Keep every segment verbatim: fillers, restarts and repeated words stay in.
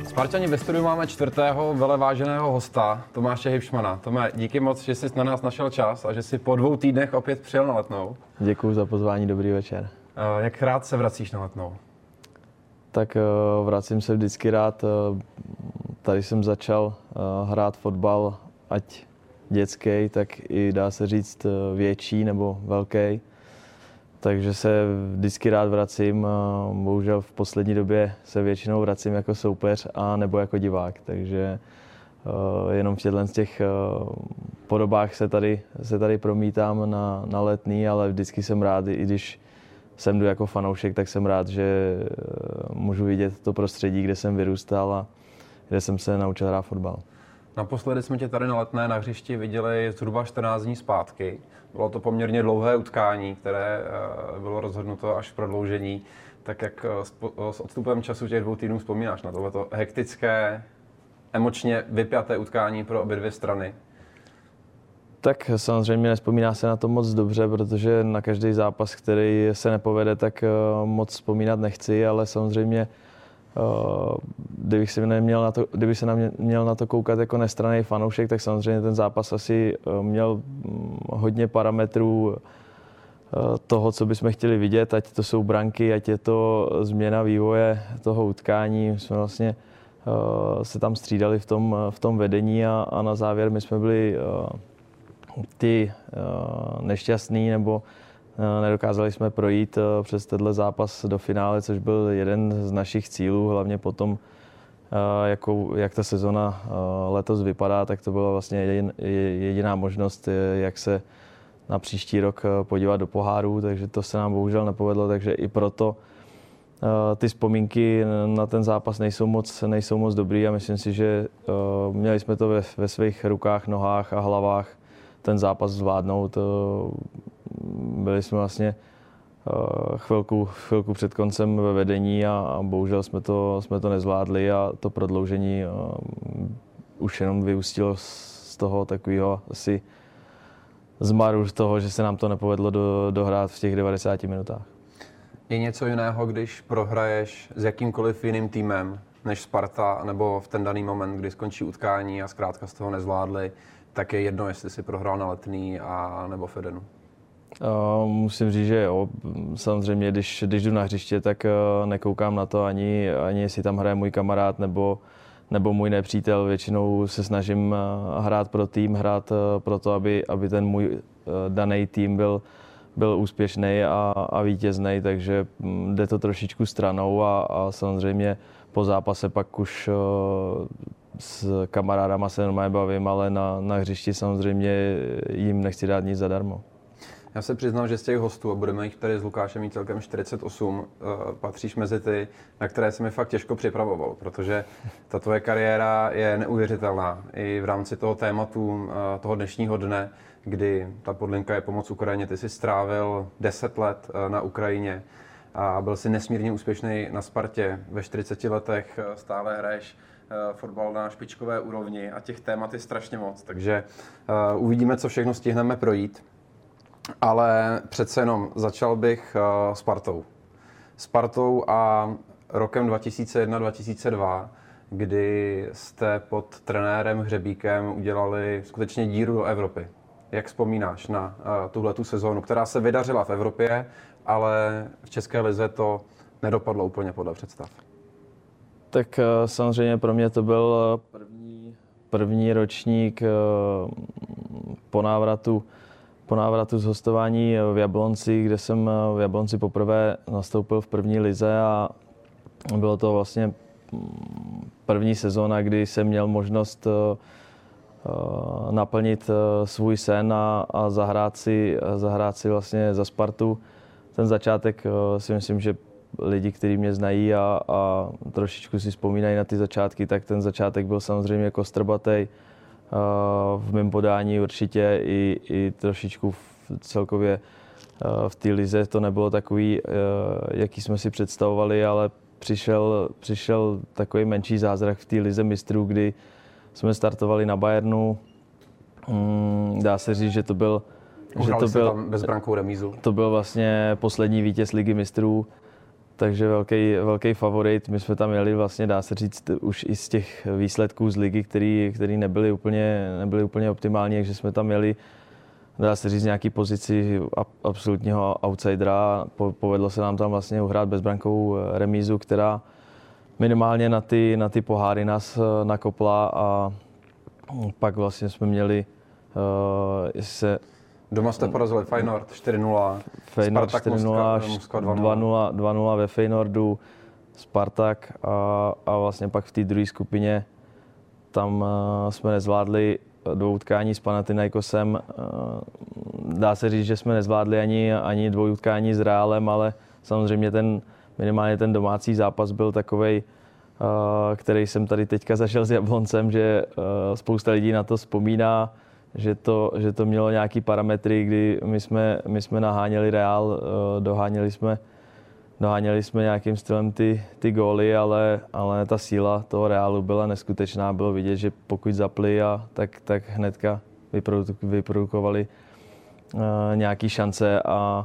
Spartani ve studiu máme čtvrtého veleváženého hosta, Tomáše Hybšmana. Tome, díky moc, že jsi na nás našel čas a že jsi po dvou týdnech opět přijel na Letnou. Děkuji za pozvání, dobrý večer. Jak rád se vracíš na Letnou? Tak vracím se vždycky rád. Tady jsem začal hrát fotbal, ať dětský, tak i dá se říct větší nebo velký. Takže se vždycky rád vracím. Bohužel v poslední době se většinou vracím jako soupeř a nebo jako divák. Takže jenom v těchto těch podobách se tady, se tady promítám na, na Letný, ale vždycky jsem rád, i když sem jdu jako fanoušek, tak jsem rád, že můžu vidět to prostředí, kde jsem vyrůstal a kde jsem se naučil hrát fotbal. Naposledy jsme tě tady na Letné na hřišti viděli zhruba čtrnáct dní zpátky. Bylo to poměrně dlouhé utkání, které bylo rozhodnuto až v prodloužení. Tak jak s odstupem času těch dvou týdnů vzpomínáš na tohleto hektické, emočně vypjaté utkání pro obě dvě strany? Tak samozřejmě nespomíná se na to moc dobře, protože na každý zápas, který se nepovede, tak moc vzpomínat nechci, ale samozřejmě kdybych se neměl na to, kdybych se na mě, měl na to koukat jako nestranný fanoušek, tak samozřejmě ten zápas asi měl hodně parametrů toho, co bychom chtěli vidět, ať to jsou branky, ať je to změna vývoje toho utkání. My jsme vlastně se tam střídali v tom, v tom vedení a, a na závěr my jsme byli ty nešťastný, nebo nedokázali jsme projít přes tenhle zápas do finále, což byl jeden z našich cílů, hlavně potom, jakou, jak ta sezona letos vypadá, tak to byla vlastně jediná možnost, jak se na příští rok podívat do poháru, takže to se nám bohužel nepovedlo, takže i proto ty vzpomínky na ten zápas nejsou moc, nejsou moc dobrý a myslím si, že měli jsme to ve, ve svých rukách, nohách a hlavách ten zápas zvládnout. Byli jsme vlastně chvilku, chvilku před koncem ve vedení a, a bohužel jsme to, jsme to nezvládli a to prodloužení už jenom vyústilo z toho takového asi zmaru z toho, že se nám to nepovedlo do, dohrát v těch devadesáti minutách. Je něco jiného, když prohraješ s jakýmkoliv jiným týmem než Sparta, nebo v ten daný moment, kdy skončí utkání a zkrátka z toho nezvládli, tak je jedno, jestli si prohrál na Letný a nebo v Edenu? Uh, musím říct, že jo. Samozřejmě, když, když jdu na hřiště, tak uh, nekoukám na to ani, ani jestli tam hraje můj kamarád nebo, nebo můj nepřítel. Většinou se snažím uh, hrát pro tým, hrát uh, pro to, aby, aby ten můj uh, daný tým byl, byl úspěšný a, a vítězný, takže um, jde to trošičku stranou a, a samozřejmě po zápase pak už uh, s kamarádama se normálně bavím, ale na, na hřišti samozřejmě jim nechci dát nic zadarmo. Já se přiznám, že z těch hostů, a budeme jich tady s Lukášem mít celkem čtyřicet osm, patříš mezi ty, na které se mi fakt těžko připravoval, protože ta tvoje kariéra je neuvěřitelná. I v rámci toho tématu toho dnešního dne, kdy ta podlinka je pomoc Ukrajině, ty jsi strávil deset let na Ukrajině a byl jsi nesmírně úspěšný na Spartě. Ve čtyřiceti letech stále hraješ fotbal na špičkové úrovni a těch témat je strašně moc, takže uvidíme, co všechno stihneme projít. Ale přece jenom začal bych uh, Spartou. Spartou a rokem dva tisíce jedna dva tisíce dva, kdy jste pod trenérem Hřebíkem udělali skutečně díru do Evropy. Jak vzpomínáš na uh, tuhletu sezónu, která se vydařila v Evropě, ale v České lize to nedopadlo úplně podle představ? Tak uh, samozřejmě pro mě to byl první, první ročník uh, po návratu Po návratu z hostování v Jablonci, kde jsem v Jablonci poprvé nastoupil v první lize a bylo to vlastně první sezóna, kdy jsem měl možnost naplnit svůj sen a, a zahrát, si, zahrát si vlastně za Spartu. Ten začátek si myslím, že lidi, kteří mě znají a, a trošičku si vzpomínají na ty začátky, tak ten začátek byl samozřejmě kostrbatej. V mém podání určitě i, i trošičku v, celkově v té lize to nebylo takový, jaký jsme si představovali, ale přišel, přišel takový menší zázrak v té lize mistrů, kdy jsme startovali na Bayernu. Dá se říct, že to byl, že to byl tam bezbrankou remízu. To byl vlastně poslední vítěz ligy mistrů takže velký, velký favorit. My jsme tam jeli vlastně, dá se říct, už i z těch výsledků z ligy, který, který nebyly úplně, nebyly úplně optimální, takže jsme tam jeli, dá se říct, nějaký pozici absolutního outsidera. Povedlo se nám tam vlastně uhrát bezbrankovou remízu, která minimálně na ty, na ty poháry nás nakopla a pak vlastně jsme měli uh, se Doma jste porazili Feyenoord čtyři nula, Feyenoord Spartak čtyři nula, Moskva dva nula ve Feyenoordu, Spartak a, a vlastně pak v té druhé skupině tam uh, jsme nezvládli dvou utkání s Panathinaikosem. Uh, dá se říct, že jsme nezvládli ani, ani dvou utkání s Realem, ale samozřejmě ten, minimálně ten domácí zápas byl takovej, uh, který jsem tady teďka zažil s Jabloncem, že uh, spousta lidí na to vzpomíná, že to, že to mělo nějaký parametry, kdy my jsme, my jsme naháněli Real, doháněli jsme, doháněli jsme nějakým stylem ty, ty góly, ale, ale ta síla toho Realu byla neskutečná. Bylo vidět, že pokud zapli, a tak, tak hnedka vyprodukovali uh, nějaký šance a,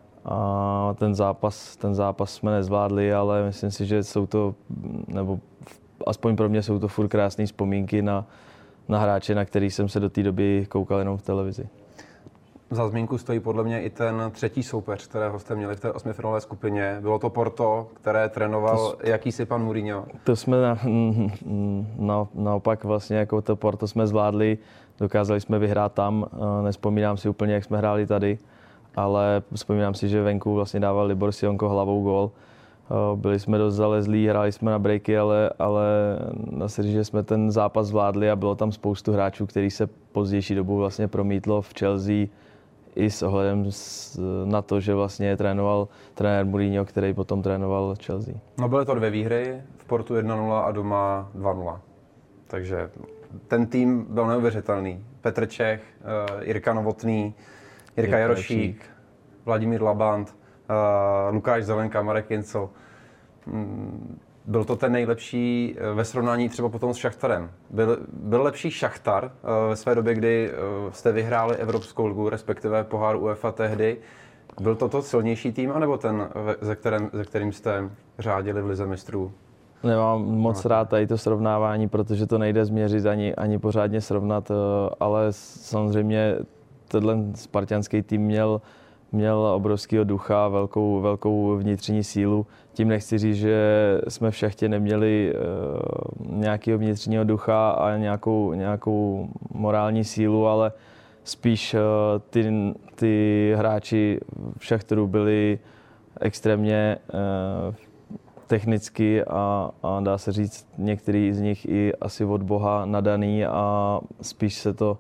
a ten zápas, ten zápas jsme nezvládli, ale myslím si, že jsou to, nebo aspoň pro mě jsou to furt krásné vzpomínky na na hráče, na který jsem se do té doby koukal jenom v televizi. Za zmínku stojí podle mě i ten třetí soupeř, kterého jste měli v té osmifinálové skupině. Bylo to Porto, které trénoval to, jakýsi pan Mourinho. To jsme na, na, naopak vlastně jako to Porto jsme zvládli, dokázali jsme vyhrát tam, nespomínám si úplně, jak jsme hráli tady, ale vzpomínám si, že venku vlastně dával Libor Sionko hlavou gól. Byli jsme dost zalezlí, hráli jsme na breaky, ale, ale na se říct, že jsme ten zápas zvládli a bylo tam spoustu hráčů, který se pozdější dobu vlastně promítlo v Chelsea i s ohledem na to, že vlastně trénoval trenér Mourinho, který potom trénoval Chelsea. No byly to dvě výhry, v Portu jedna nula a doma dva nula. Takže ten tým byl neuvěřitelný. Petr Čech, Jirka Novotný, Jirka Jarošík, Vladimír Labant, Uh, Lukáš Zelenka, Marek Jincl. Mm, byl to ten nejlepší ve srovnání třeba potom s Šachtarem. Byl, byl lepší Šachtar uh, ve své době, kdy uh, jste vyhráli Evropskou ligu, respektive pohár UEFA tehdy. Byl to to silnější tým, anebo ten, ze, kterém, ze kterým jste řádili v Lize mistrů? Nemám moc rád tady to srovnávání, protože to nejde změřit ani, ani pořádně srovnat, uh, ale samozřejmě tenhle spartanský tým měl měl obrovského ducha, velkou, velkou vnitřní sílu. Tím nechci říct, že jsme v Šachtě neměli uh, nějakého vnitřního ducha a nějakou, nějakou morální sílu, ale spíš uh, ty, ty hráči v Šachtaru byli extrémně uh, technicky a, a dá se říct, některý z nich i asi od Boha nadaný a spíš se to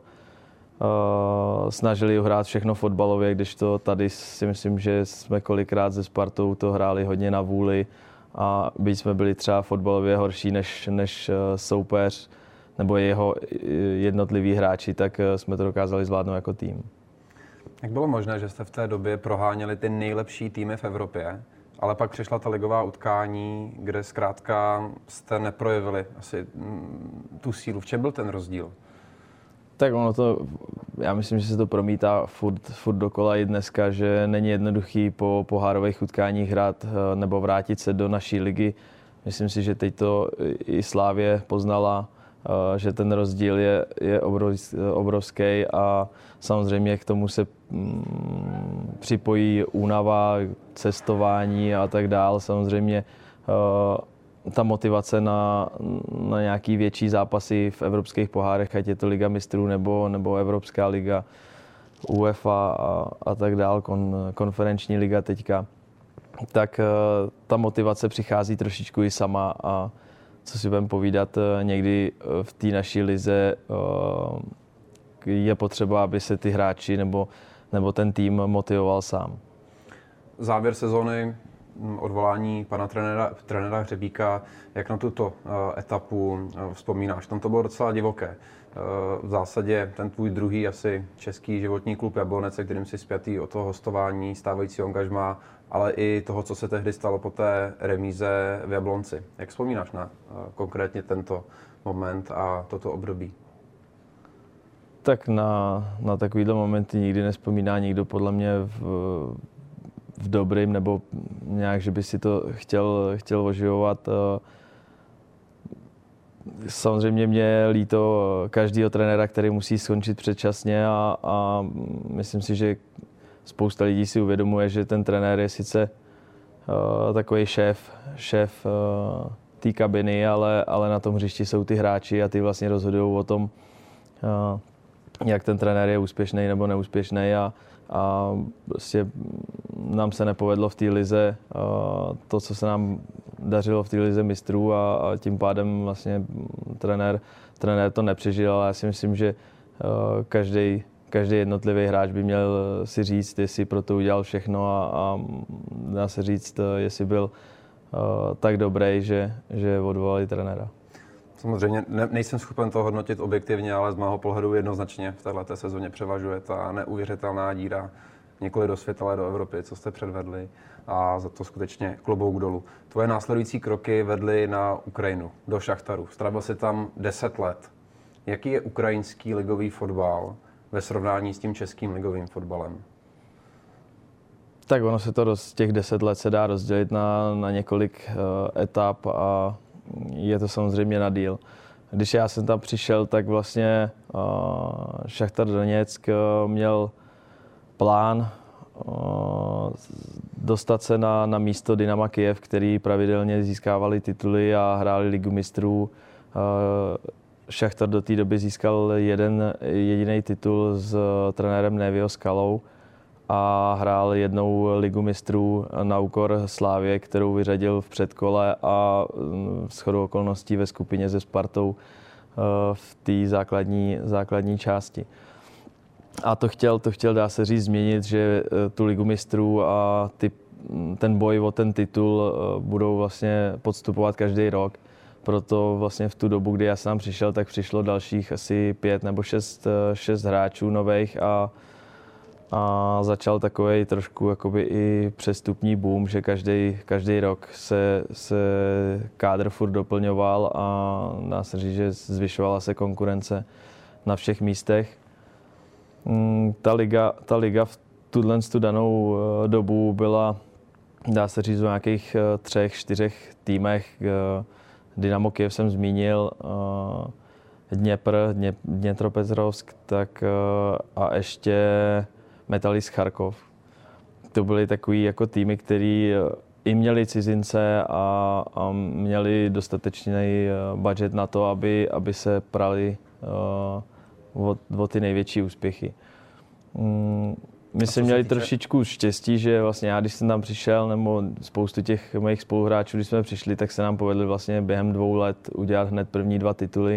Uh, snažili hrát všechno fotbalově, když to tady si myslím, že jsme kolikrát se Spartou to hráli hodně na vůli a byť jsme byli třeba fotbalově horší než, než soupeř nebo jeho jednotliví hráči, tak jsme to dokázali zvládnout jako tým. Jak bylo možné, že jste v té době proháněli ty nejlepší týmy v Evropě, ale pak přišla ta ligová utkání, kde zkrátka jste neprojevili asi tu sílu? V čem byl ten rozdíl? Tak ono to, já myslím, že se to promítá furt, furt dokola i dneska, že není jednoduchý po pohárových utkáních hrát nebo vrátit se do naší ligy. Myslím si, že teď to i Slavie poznala, že ten rozdíl je, je obrovský a samozřejmě k tomu se mm, připojí únava, cestování a tak dál. Samozřejmě ta motivace na, na nějaký větší zápasy v evropských pohárech, ať je to Liga mistrů nebo, nebo Evropská liga, UEFA a, a tak dál, kon, konferenční liga teďka, tak ta motivace přichází trošičku i sama a co si budeme povídat, někdy v té naší lize je potřeba, aby se ty hráči nebo, nebo ten tým motivoval sám. Závěr sezóny, odvolání pana trenéra, trenéra Hřebíka, jak na tuto uh, etapu uh, vzpomínáš? Tam to bylo docela divoké. Uh, v zásadě ten tvůj druhý asi český životní klub Jablonec, se kterým si spjatý o toho hostování, stávající angažmá, ale i toho, co se tehdy stalo po té remíze v Jablonci. Jak vzpomínáš na uh, konkrétně tento moment a toto období? Tak na, na takovýhle momenty nikdy nespomíná nikdo podle mě v, v dobrým, nebo nějak, že by si to chtěl, chtěl oživovat. Samozřejmě mě je líto každého trenéra, který musí skončit předčasně a, a myslím si, že spousta lidí si uvědomuje, že ten trenér je sice uh, takový šéf, šéf uh, té kabiny, ale, ale na tom hřišti jsou ty hráči a ty vlastně rozhodují o tom, uh, jak ten trenér je úspěšný nebo neúspěšný a, a prostě nám se nepovedlo v té lize uh, to, co se nám dařilo v té lize mistrů a, a tím pádem vlastně trenér, trenér to nepřežil, ale já si myslím, že uh, každý Každý jednotlivý hráč by měl si říct, jestli pro to udělal všechno a, a dá se říct, jestli byl uh, tak dobrý, že, že odvolali trenéra. Samozřejmě ne, nejsem schopen to hodnotit objektivně, ale z mého pohledu jednoznačně v této sezóně převažuje ta neuvěřitelná díra nikoli do světa, ale do Evropy, co jste předvedli a za to skutečně klobouk dolů. Tvoje následující kroky vedly na Ukrajinu, do Šachtaru. Strávil si tam deset let. Jaký je ukrajinský ligový fotbal ve srovnání s tím českým ligovým fotbalem? Tak ono se to z těch deset let se dá rozdělit na, na několik uh, etap a je to samozřejmě na díl. Když já jsem tam přišel, tak vlastně uh, Šachtar Doněck uh, měl plán uh, dostat se na, na místo Dynama Kyjev, který pravidelně získávali tituly a hráli ligu mistrů. Uh, Šachtar do té doby získal jeden jediný titul s trenérem Nevio Skalou a hrál jednou ligu mistrů na úkor Slávie, kterou vyřadil v předkole a shodou okolností ve skupině se Spartou v té základní, základní části. A to chtěl, to chtěl, dá se říct, změnit, že tu ligu mistrů a ty, ten boj o ten titul budou vlastně podstupovat každý rok. Proto vlastně v tu dobu, kdy já jsem přišel, tak přišlo dalších asi pět nebo šest, šest hráčů nových a, a začal takový trošku jakoby i přestupní boom, že každý, každý rok se, se kádr furt doplňoval a dá se říct, že zvyšovala se konkurence na všech místech. Ta liga, ta liga v tuhle tu danou dobu byla, dá se říct, v nějakých třech, čtyřech týmech. Dynamo Kyjev jsem zmínil, Dněpr, Dně, Dněpropetrovsk, tak a ještě Metalist Charkov. To byly takový jako týmy, který i měli cizince a, a měli dostatečný budget na to, aby, aby se prali uh, o, o ty největší úspěchy. Um, My jsme měli týče... trošičku štěstí, že vlastně já, když jsem tam přišel, nebo spoustu těch mojich spoluhráčů, když jsme přišli, tak se nám povedlo vlastně během dvou let udělat hned první dva tituly.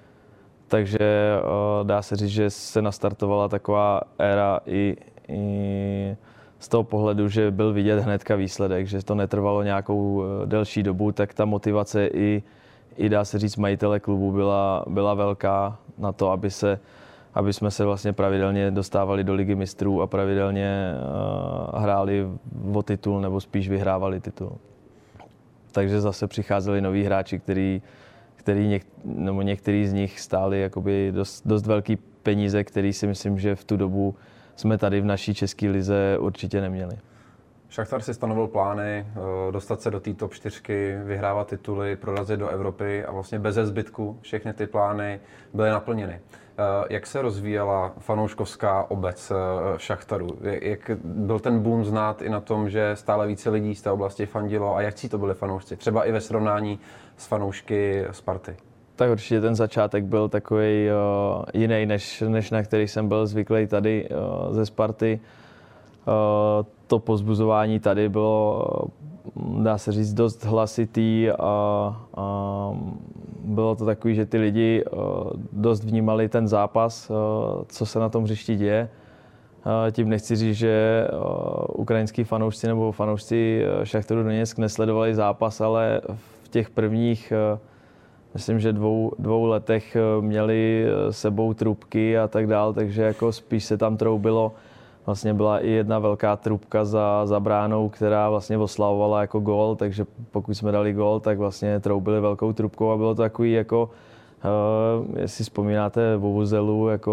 Takže uh, dá se říct, že se nastartovala taková éra i, i z toho pohledu, že byl vidět hnedka výsledek, že to netrvalo nějakou uh, delší dobu, tak ta motivace i, i dá se říct majitele klubu byla, byla velká na to, aby se aby jsme se vlastně pravidelně dostávali do ligy mistrů a pravidelně uh, hráli o titul nebo spíš vyhrávali titul. Takže zase přicházeli noví hráči, který, který něk, nebo některý z nich stáli jakoby dost, dost velký peníze, který si myslím, že v tu dobu jsme tady v naší české lize určitě neměli. Šachtar si stanovil plány dostat se do té top čtyřky, vyhrávat tituly, prorazit do Evropy a vlastně bez zbytku všechny ty plány byly naplněny. Jak se rozvíjela fanouškovská obec Šachtaru? Jak byl ten boom znát i na tom, že stále více lidí z té oblasti fandilo a jak to byli fanoušci? Třeba i ve srovnání s fanoušky Sparty. Tak určitě ten začátek byl takový uh, jiný, než, než na který jsem byl zvyklý tady uh, ze Sparty. Uh, to povzbuzování tady bylo, dá se říct, dost hlasitý a, a bylo to takový, že ty lidi uh, dost vnímali ten zápas, uh, co se na tom hřišti děje. Uh, tím nechci říct, že uh, ukrajinský fanoušci nebo fanoušci Šachtaru Doněck nesledovali zápas, ale v těch prvních, uh, myslím, že dvou, dvou letech měli sebou trubky a tak dál, takže jako spíš se tam troubilo. Vlastně byla i jedna velká trubka za, za bránou, která vlastně oslavovala jako gól, takže pokud jsme dali gól, tak vlastně troubili velkou trubkou a bylo to takový jako, uh, jestli vzpomínáte Vuvuzelu, jako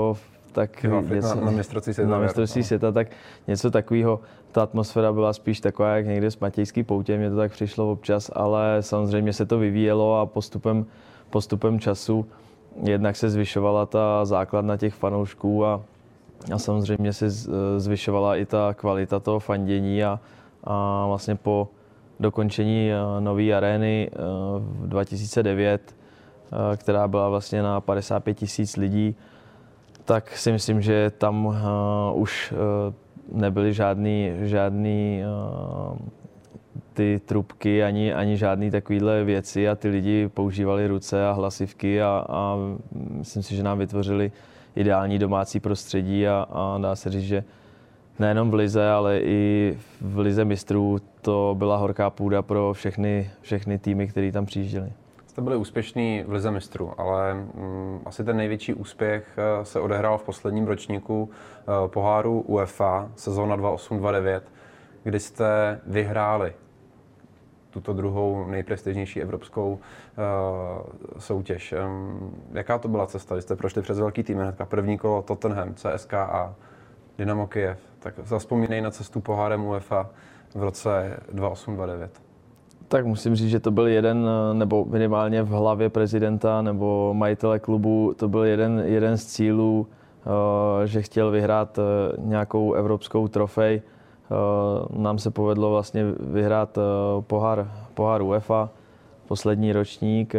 tak něco, na, na mistrovství světa, na mistrovství světa, tak něco takového. Ta atmosféra byla spíš taková, jak někde s Matějský poutě, mně to tak přišlo občas, ale samozřejmě se to vyvíjelo a postupem, postupem času jednak se zvyšovala ta základna těch fanoušků a, a samozřejmě se zvyšovala i ta kvalita toho fandění a, a vlastně po dokončení nové arény v dva tisíce devět, která byla vlastně na padesát pět tisíc lidí, tak si myslím, že tam uh, už uh, nebyly žádný, žádný uh, ty trubky ani, ani žádný takovýhle věci a ty lidi používali ruce a hlasivky a, a myslím si, že nám vytvořili ideální domácí prostředí a, a dá se říct, že nejenom v lize, ale i v lize mistrů to byla horká půda pro všechny, všechny týmy, které tam přijížděli. Jste byli úspěšní v lize mistrů, ale mm, asi ten největší úspěch se odehrál v posledním ročníku uh, poháru UEFA, sezóna dva osm dva devět, kdy jste vyhráli tuto druhou nejprestižnější evropskou uh, soutěž. Um, jaká to byla cesta? Vy jste prošli přes velký tým, hnedka první kolo Tottenham, C S K A, Dynamo Kyjev. Tak zazpomínej na cestu pohárem UEFA v roce dva osm dva devět. Tak musím říct, že to byl jeden, nebo minimálně v hlavě prezidenta nebo majitele klubu, to byl jeden, jeden z cílů, že chtěl vyhrát nějakou evropskou trofej. Nám se povedlo vlastně vyhrát pohár, pohár UEFA, poslední ročník.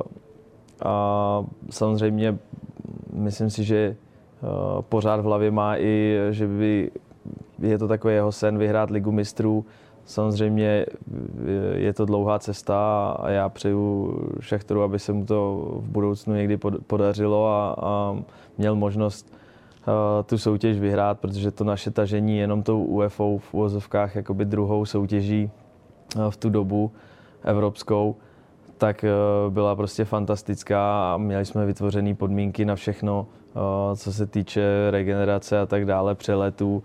A samozřejmě myslím si, že pořád v hlavě má i, že by je to takový jeho sen vyhrát Ligu mistrů. Samozřejmě je to dlouhá cesta a já přeju Šachtaru, aby se mu to v budoucnu někdy podařilo a, a měl možnost uh, tu soutěž vyhrát, protože to naše tažení jenom tou UEFA v uvozovkách jakoby druhou soutěží uh, v tu dobu evropskou, tak uh, byla prostě fantastická a měli jsme vytvořené podmínky na všechno, uh, co se týče regenerace a tak dále, přeletů.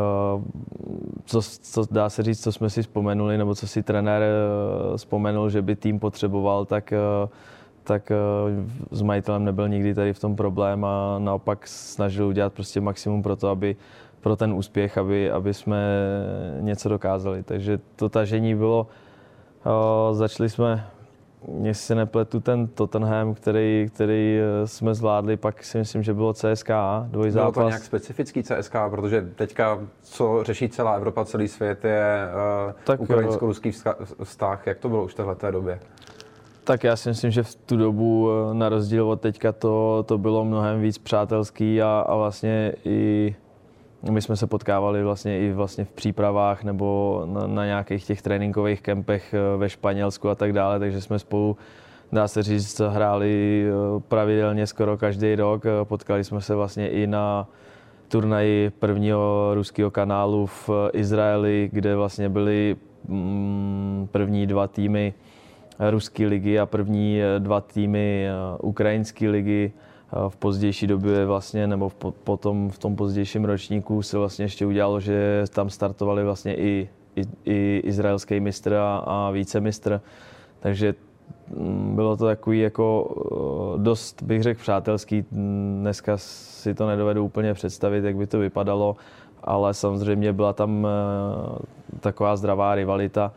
Co, co dá se říct, co jsme si vzpomenuli, nebo co si trenér vzpomenul, že by tým potřeboval, tak, tak s majitelem nebyl nikdy tady v tom problém a naopak snažil udělat prostě maximum pro to, aby pro ten úspěch, aby, aby jsme něco dokázali. Takže to tažení bylo, začali jsme, jestli se nepletu, ten Tottenham, který, který jsme zvládli, pak si myslím, že bylo C S K A, dvojzápas. Bylo to nějak specifický C S K A, protože teďka, co řeší celá Evropa, celý svět, je uh, ukrajinsko-ruský vztah. Jak to bylo už v téhleté době? Tak já si myslím, že v tu dobu, na rozdíl od teďka, to, to bylo mnohem víc přátelský a, a vlastně i my jsme se potkávali vlastně i vlastně v přípravách nebo na, na nějakých těch tréninkových kempech ve Španělsku a tak dále, takže jsme spolu, dá se říct, hráli pravidelně skoro každý rok. Potkali jsme se vlastně i na turnaji prvního ruského kanálu v Izraeli, kde vlastně byly mm, první dva týmy ruské ligy a první dva týmy ukrajinské ligy. V pozdější době vlastně, nebo v, potom v tom pozdějším ročníku se vlastně ještě udělalo, že tam startovali vlastně i, i, i izraelský mistr a, a vícemistr. Takže bylo to takový jako dost, bych řekl, přátelský. Dneska si to nedovedu úplně představit, jak by to vypadalo, ale samozřejmě byla tam taková zdravá rivalita.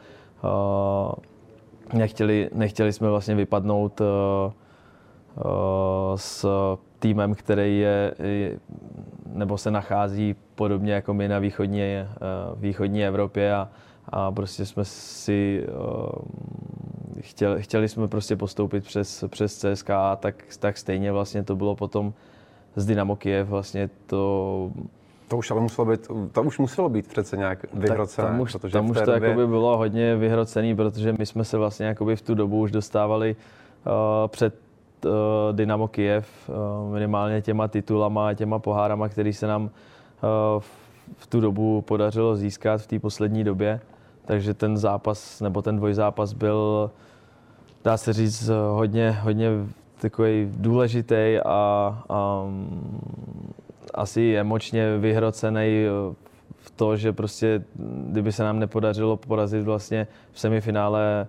Nechtěli, nechtěli jsme vlastně vypadnout s týmem, který je, nebo se nachází podobně jako my na východní, východní Evropě a, a prostě jsme si chtěli, chtěli jsme prostě postoupit přes, přes C S K A, tak, tak stejně vlastně to bylo potom z Dynamo Kyjev vlastně to. To už ale muselo být, to už muselo být přece nějak vyhrocené. Tam už, protože tam už to době... jakoby bylo hodně vyhrocený, protože my jsme se vlastně jakoby v tu dobu už dostávali uh, před uh, Dynamo Kyjev uh, minimálně těma titulama a těma pohárama, který se nám uh, v, v tu dobu podařilo získat v té poslední době. Takže ten zápas, nebo ten dvojzápas byl, dá se říct, hodně, hodně takový důležitý a, a asi emočně vyhrocený v to, že prostě, kdyby se nám nepodařilo porazit vlastně v semifinále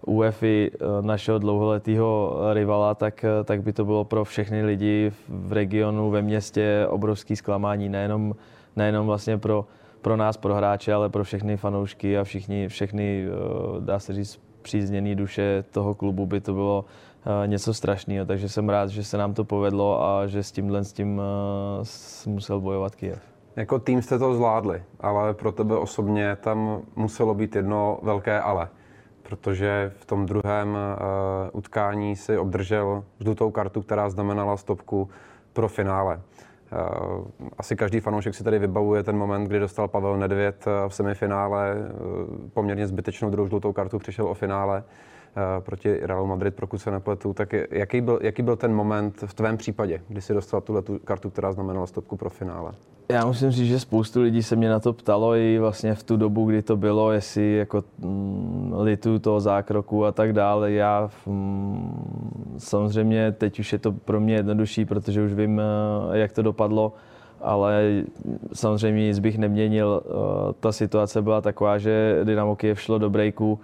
UEFA, našeho dlouholetého rivala, tak, tak by to bylo pro všechny lidi v regionu, ve městě obrovský zklamání. Nejenom, nejenom vlastně pro, pro nás, pro hráče, ale pro všechny fanoušky a všichni, všechny, dá se říct, přízněné duše toho klubu by to bylo něco strašného. Takže jsem rád, že se nám to povedlo a že s tímhle s tím musel bojovat Kyjev. Jako tým jste to zvládli, ale pro tebe osobně tam muselo být jedno velké ale. Protože v tom druhém uh, utkání si obdržel žlutou kartu, která znamenala stopku pro finále. Uh, asi každý fanoušek si tady vybavuje ten moment, kdy dostal Pavel Nedvěd v semifinále uh, poměrně zbytečnou druhou žlutou kartu, přišel o finále uh, proti Realu Madrid, pokud se nepletu. Tak jaký byl, jaký byl ten moment v tvém případě, kdy jsi dostal tuhle tu kartu, která znamenala stopku pro finále? Já musím říct, že spoustu lidí se mě na to ptalo i vlastně v tu dobu, kdy to bylo, jestli jako mm, lituju toho zákroku a tak dále. Já mm, samozřejmě teď už je to pro mě jednodušší, protože už vím, jak to dopadlo, ale samozřejmě nic bych neměnil. Ta situace byla taková, že Dynamo Kyjev šlo do breaku.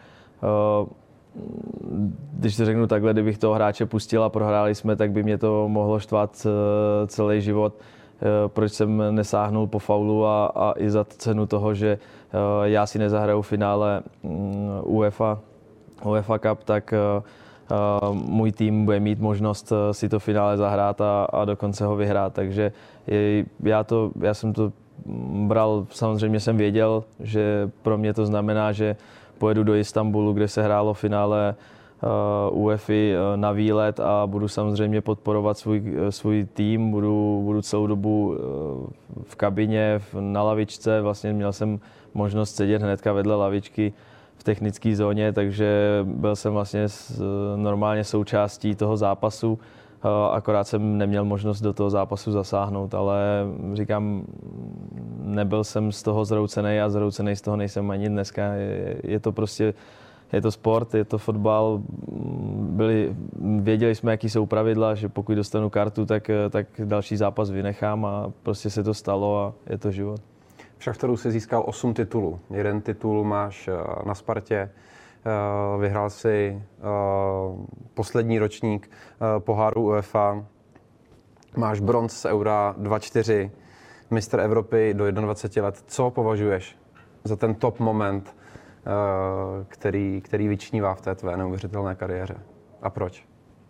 Když to řeknu takhle, kdybych toho hráče pustil a prohráli jsme, tak by mě to mohlo štvat celý život. Proč jsem nesáhnul po faulu a, a i za cenu toho, že já si nezahraju v finále UEFA, UEFA Cup, tak můj tým bude mít možnost si to finále zahrát a, a dokonce ho vyhrát. Takže já, to, já jsem to bral, samozřejmě jsem věděl, že pro mě to znamená, že pojedu do Istanbulu, kde se hrálo finále UEFA na výlet a budu samozřejmě podporovat svůj, svůj tým, budu, budu celou dobu v kabině, na lavičce, vlastně měl jsem možnost sedět hnedka vedle lavičky v technické zóně, takže byl jsem vlastně normálně součástí toho zápasu, akorát jsem neměl možnost do toho zápasu zasáhnout, ale říkám, nebyl jsem z toho zroucený a zroucený z toho nejsem ani dneska, je, je to prostě Je to sport, je to fotbal. Byli, věděli jsme, jaký jsou pravidla, že pokud dostanu kartu, tak, tak další zápas vynechám a prostě se to stalo a je to život. V Šachtaru si získal osm titulů. Jeden titul máš na Spartě, vyhrál si poslední ročník poháru UEFA, máš bronz z Eura dva čtyři, mistr Evropy do dvaceti jedna let. Co považuješ za ten top moment, který, který vyčnívá v té tvé neuvěřitelné kariéře? A proč?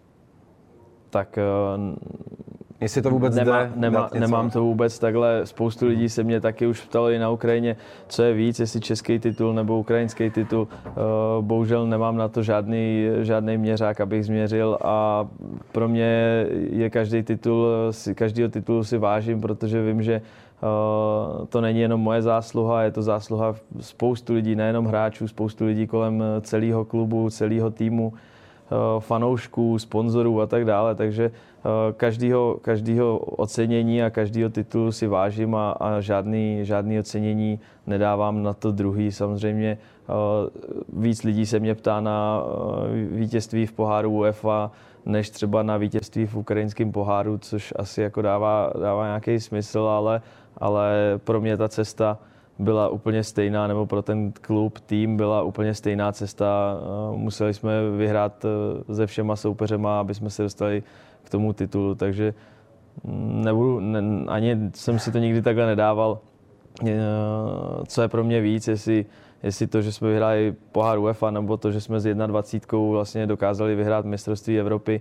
Tak jestli to vůbec nemá, jde, nemá, nemám to vůbec takhle. Spoustu lidí se mě taky už ptalo i na Ukrajině, co je víc, jestli český titul nebo ukrajinský titul. Bohužel nemám na to žádný, žádný měřák, abych změřil a pro mě je každý titul, každýho titulu si vážím, protože vím, že to není jenom moje zásluha, je to zásluha spoustu lidí, nejenom hráčů, spoustu lidí kolem celého klubu, celého týmu, fanoušků, sponzorů a tak dále. Takže každýho, každýho ocenění a každýho titulu si vážím a, a žádný, žádný ocenění nedávám na to druhý. Samozřejmě víc lidí se mě ptá na vítězství v poháru UEFA, než třeba na vítězství v ukrajinském poháru, což asi jako dává, dává nějaký smysl, ale, ale pro mě ta cesta byla úplně stejná, nebo pro ten klub, tým byla úplně stejná cesta. Museli jsme vyhrát se všema soupeřema, aby jsme se dostali k tomu titulu, takže nebudu, ne, ani jsem si to nikdy takhle nedával. Co je pro mě víc, jestli, jestli to, že jsme vyhráli pohár UEFA, nebo to, že jsme s dvacítkou jedna vlastně dokázali vyhrát mistrovství Evropy.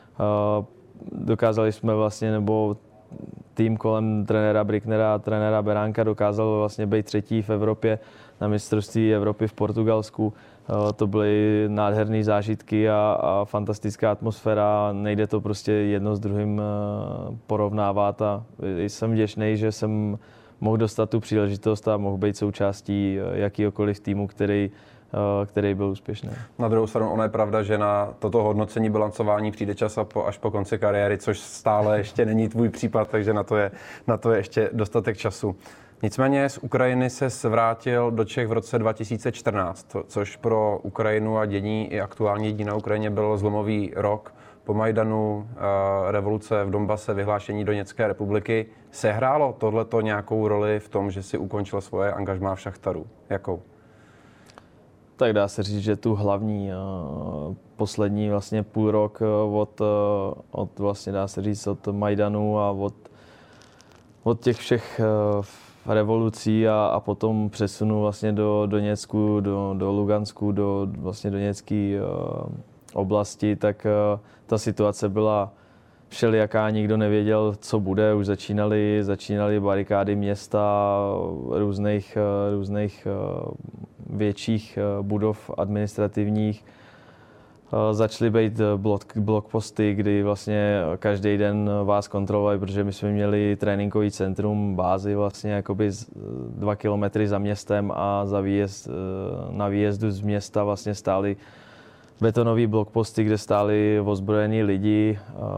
Dokázali jsme vlastně, nebo tým kolem trenéra Bricknera a trenéra Beránka dokázal vlastně být třetí v Evropě na mistrovství Evropy v Portugalsku. To byly nádherné zážitky a, a fantastická atmosféra. Nejde to prostě jedno s druhým porovnávat a jsem vděčný, že jsem mohl dostat tu příležitost a mohl být součástí jakýhokoliv týmu, který, který byl úspěšný. Na druhou stranu, ono je pravda, že na toto hodnocení bilancování přijde čas a po, až po konci kariéry, což stále ještě není tvůj případ, takže na to je, na to je ještě dostatek času. Nicméně z Ukrajiny se vrátil do Čech v roce dva tisíce čtrnáct, což pro Ukrajinu a dění i aktuální dění na Ukrajině byl zlomový rok. Po Majdanu, revoluce v Donbase, vyhlášení Doněcké republiky. Sehrálo tohleto nějakou roli v tom, že si ukončil svoje angažmá v Šachtaru? Jakou? tak dá se říct, že tu hlavní poslední vlastně půl rok od, od vlastně dá se říct od Majdanu a od, od těch všech revolucí a, a potom přesunu vlastně do Doněcku, do, do Lugansku, do vlastně Doněcké oblasti, tak ta situace byla všelijaká, nikdo nevěděl, co bude, už začínaly, začínaly barikády města, různých, různých větších budov administrativních. Začaly být blok, blokposty, kdy vlastně každý den vás kontrolovali, protože my jsme měli tréninkový centrum, bázi vlastně jakoby dva kilometry za městem a za výjezd, na výjezdu z města vlastně stály betonové blokposty, kde stáli ozbrojení lidi,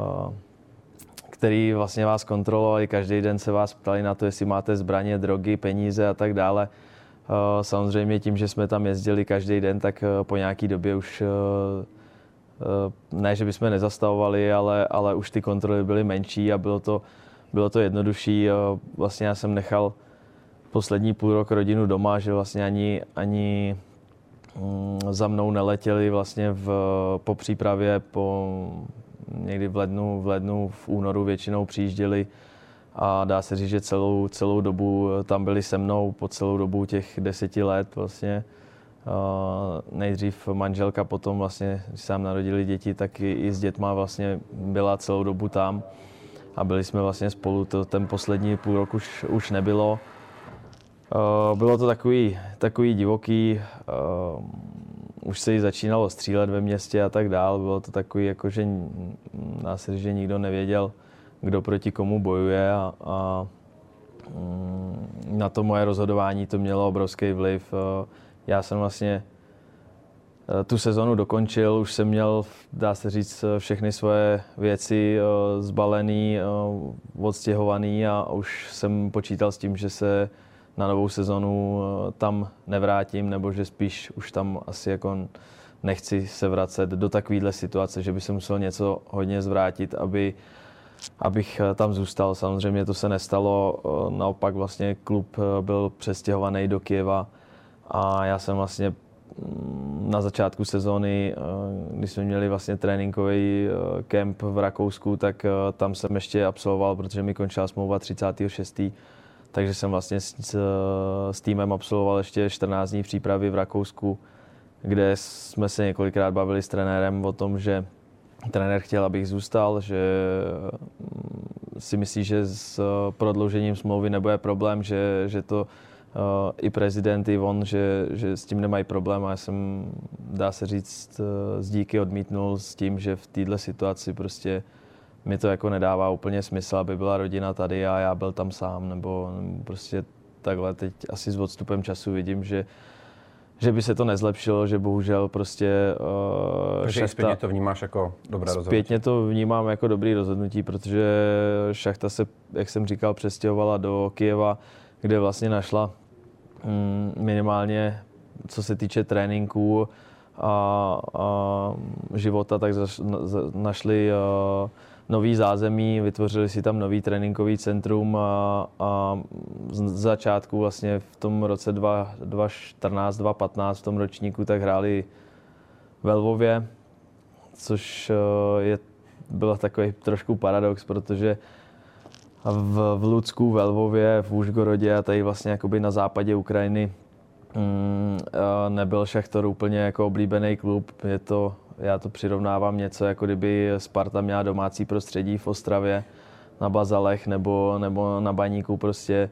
který vlastně vás kontrolovali. Každý den se vás ptali na to, jestli máte zbraně, drogy, peníze a tak dále. Samozřejmě tím, že jsme tam jezdili každý den, tak po nějaký době už ne, že bychom nezastavovali, ale, ale už ty kontroly byly menší a bylo to, bylo to jednodušší. Vlastně já jsem nechal poslední půl rok rodinu doma, že vlastně ani, ani za mnou neletěli vlastně v, po přípravě, po někdy v lednu, v lednu, v únoru většinou přijížděli a dá se říct, že celou, celou dobu tam byli se mnou po celou dobu těch deseti let vlastně. Uh, nejdřív manželka, potom vlastně, když se nám narodili děti, tak i, i s dětma vlastně byla celou dobu tam a byli jsme vlastně spolu, to, ten poslední půl rok už, už nebylo. Uh, bylo to takový, takový divoký, uh, už se jí začínalo střílet ve městě a tak dál, bylo to takový, jako, že dá se říct, že nikdo nevěděl, kdo proti komu bojuje a, a um, na to moje rozhodování to mělo obrovský vliv. Uh, Já jsem vlastně tu sezonu dokončil, už jsem měl, dá se říct, všechny svoje věci zbalený, odstěhovaný a už jsem počítal s tím, že se na novou sezonu tam nevrátím, nebo že spíš už tam asi jako nechci se vracet do takovéhle situace, že by se musel něco hodně zvrátit, aby, abych tam zůstal. Samozřejmě to se nestalo, naopak vlastně klub byl přestěhovaný do Kyjeva. A já jsem vlastně na začátku sezóny, když jsme měli vlastně tréninkový kemp v Rakousku, tak tam jsem ještě absolvoval, protože mi končila smlouva třicátého šestého Takže jsem vlastně s, s týmem absolvoval ještě čtrnáct dní přípravy v Rakousku, kde jsme se několikrát bavili s trenérem o tom, že trenér chtěl, abych zůstal, že si myslí, že s prodloužením smlouvy nebude problém, že, že to Uh, i prezident, i on, že, že s tím nemají problém a já jsem, dá se říct, z díky odmítnul s tím, že v této situaci prostě mi to jako nedává úplně smysl, aby byla rodina tady a já byl tam sám, nebo, nebo prostě takhle teď asi s odstupem času vidím, že, že by se to nezlepšilo, že bohužel prostě uh, Takže Šachta, zpětně to vnímáš jako dobré rozhodnutí? Zpětně to vnímám jako dobrý rozhodnutí, protože Šachta se, jak jsem říkal, přestěhovala do Kyjeva, kde vlastně našla minimálně co se týče tréninků a, a života, tak zaš, našli uh, nový zázemí, vytvořili si tam nový tréninkový centrum a, a z začátku vlastně v tom roce dva tisíce čtrnáct dva tisíce patnáct v tom ročníku tak hráli ve Lvově, což uh, je, byl takový trošku paradox, protože v, v Lucku, ve Lvově, v Užgorodě a tady vlastně jakoby na západě Ukrajiny mm, nebyl Šachtor úplně jako oblíbený klub. Je to, já to přirovnávám něco, jako kdyby Sparta měla domácí prostředí v Ostravě na Bazalech nebo, nebo na Baníku prostě.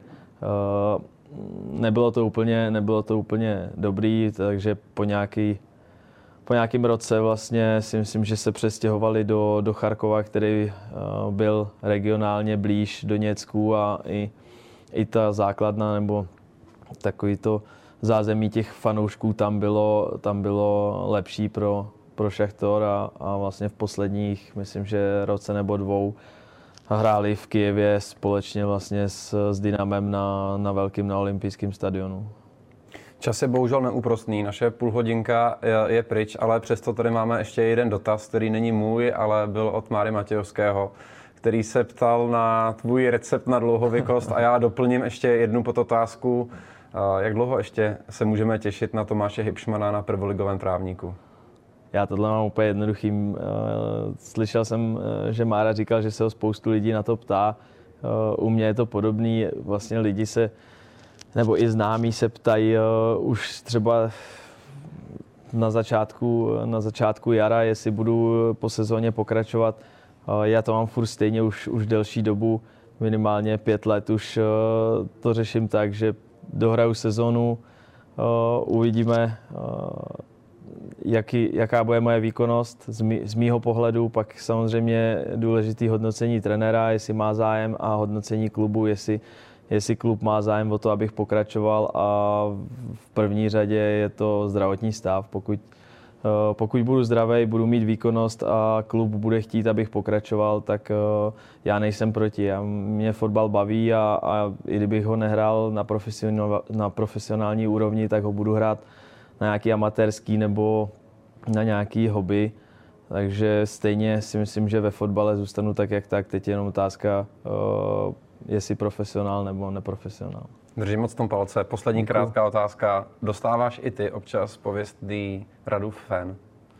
Nebylo to úplně, nebylo to úplně dobrý, takže po nějaký Po nějakém roce vlastně si myslím, že se přestěhovali do, do Charkova, který uh, byl regionálně blíž Doněcku a i, i ta základna nebo takový to zázemí těch fanoušků tam bylo, tam bylo lepší pro, pro Šachtor a, a vlastně v posledních, myslím, že roce nebo dvou hráli v Kyjevě společně vlastně s, s Dynamem na, na velkým na olympijském stadionu. Čas je bohužel neúprostný, naše půlhodinka je, je pryč, ale přesto tady máme ještě jeden dotaz, který není můj, ale byl od Máry Matějovského, který se ptal na tvůj recept na dlouhověkost a já doplním ještě jednu podotázku. Jak dlouho ještě se můžeme těšit na Tomáše Hipšmana na prvoligovém trávníku? Já tohle mám úplně jednoduchý. Slyšel jsem, že Mára říkal, že se ho spoustu lidí na to ptá. U mě je to podobný. Vlastně lidi se, nebo i známí se ptají už třeba na začátku, na začátku jara, jestli budu po sezóně pokračovat. Já to mám furt stejně už, už delší dobu, minimálně pět let už to řeším tak, že dohraju sezónu, uvidíme, jaký, jaká bude moje výkonnost z, mý, z mýho pohledu, pak samozřejmě důležitý hodnocení trenéra, jestli má zájem, a hodnocení klubu, jestli, jestli klub má zájem o to, abych pokračoval, a v první řadě je to zdravotní stav. Pokud, pokud budu zdravý, budu mít výkonnost a klub bude chtít, abych pokračoval, tak já nejsem proti. A mě fotbal baví, a, a i kdybych ho nehrál na, profesionál, na profesionální úrovni, tak ho budu hrát na nějaký amatérský nebo na nějaký hobby. Takže stejně si myslím, že ve fotbale zůstanu tak, jak tak. Teď je jenom otázka, uh, jestli profesionál nebo neprofesionál. Držím moc tom palce. Poslední Děkuju. krátká otázka. Dostáváš i ty občas pověstný Radův fan?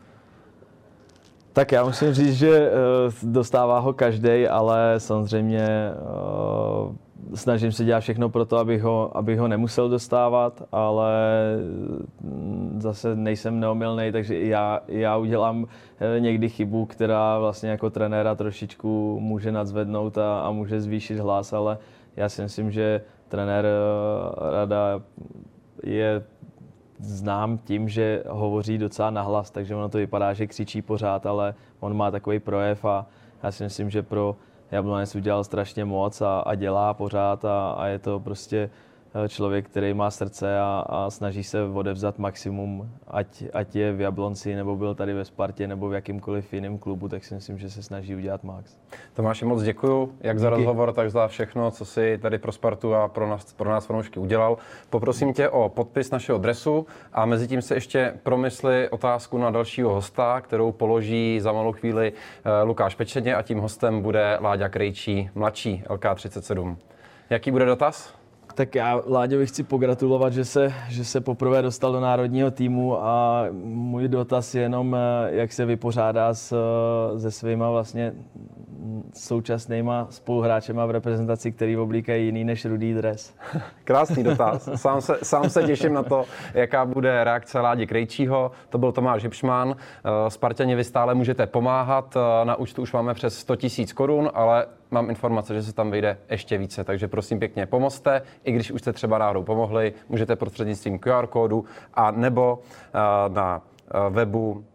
Tak já musím říct, že uh, dostává ho každej, ale samozřejmě uh, snažím se dělat všechno pro to, abych ho, abych ho nemusel dostávat, ale zase nejsem neomylnej, takže i já, i já udělám někdy chybu, která vlastně jako trenéra trošičku může nadzvednout a, a může zvýšit hlas, ale já si myslím, že trenér Rada je znám tím, že hovoří docela nahlas, takže ono to vypadá, že křičí pořád, ale on má takový projev a já si myslím, že pro Jablonec udělal strašně moc a, a dělá pořád a, a je to prostě člověk, který má srdce a, a snaží se odevzat maximum, ať, ať je v Jablonci, nebo byl tady ve Spartě, nebo v jakýmkoliv jiném klubu, tak si myslím, že se snaží udělat max. Tomáši, moc děkuju, jak za Díky. rozhovor, tak za všechno, co jsi tady pro Spartu a pro nás, pro nás fanoušky udělal. Poprosím tě o podpis našeho dresu a mezi tím se ještě promysli otázku na dalšího hosta, kterou položí za malou chvíli Lukáš Pečeně, a tím hostem bude Láďa Krejčí, mladší, L K třicet sedm. Jaký bude dotaz? Tak já Láďovi chci pogratulovat, že se, že se poprvé dostal do národního týmu, a můj dotaz je jenom, jak se vypořádá s, se svýma vlastně současnýma spoluhráčema v reprezentaci, který oblíkají jiný než rudý dres. Krásný dotaz. Sám se, sám se těším na to, jaká bude reakce Ládi Krejčího. To byl Tomáš Hipšman. Sparťani, vy stále můžete pomáhat. Na účtu už máme přes sto tisíc korun, ale mám informace, že se tam vyjde ještě více, takže prosím pěkně pomozte. I když už jste třeba náhodou pomohli, můžete prostřednictvím Q R kódu a nebo na webu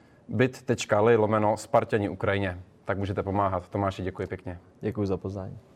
bit tečka ly lomeno Sparťani Ukrajině. Tak můžete pomáhat. Tomáši, děkuji pěkně. Děkuji za pozvání.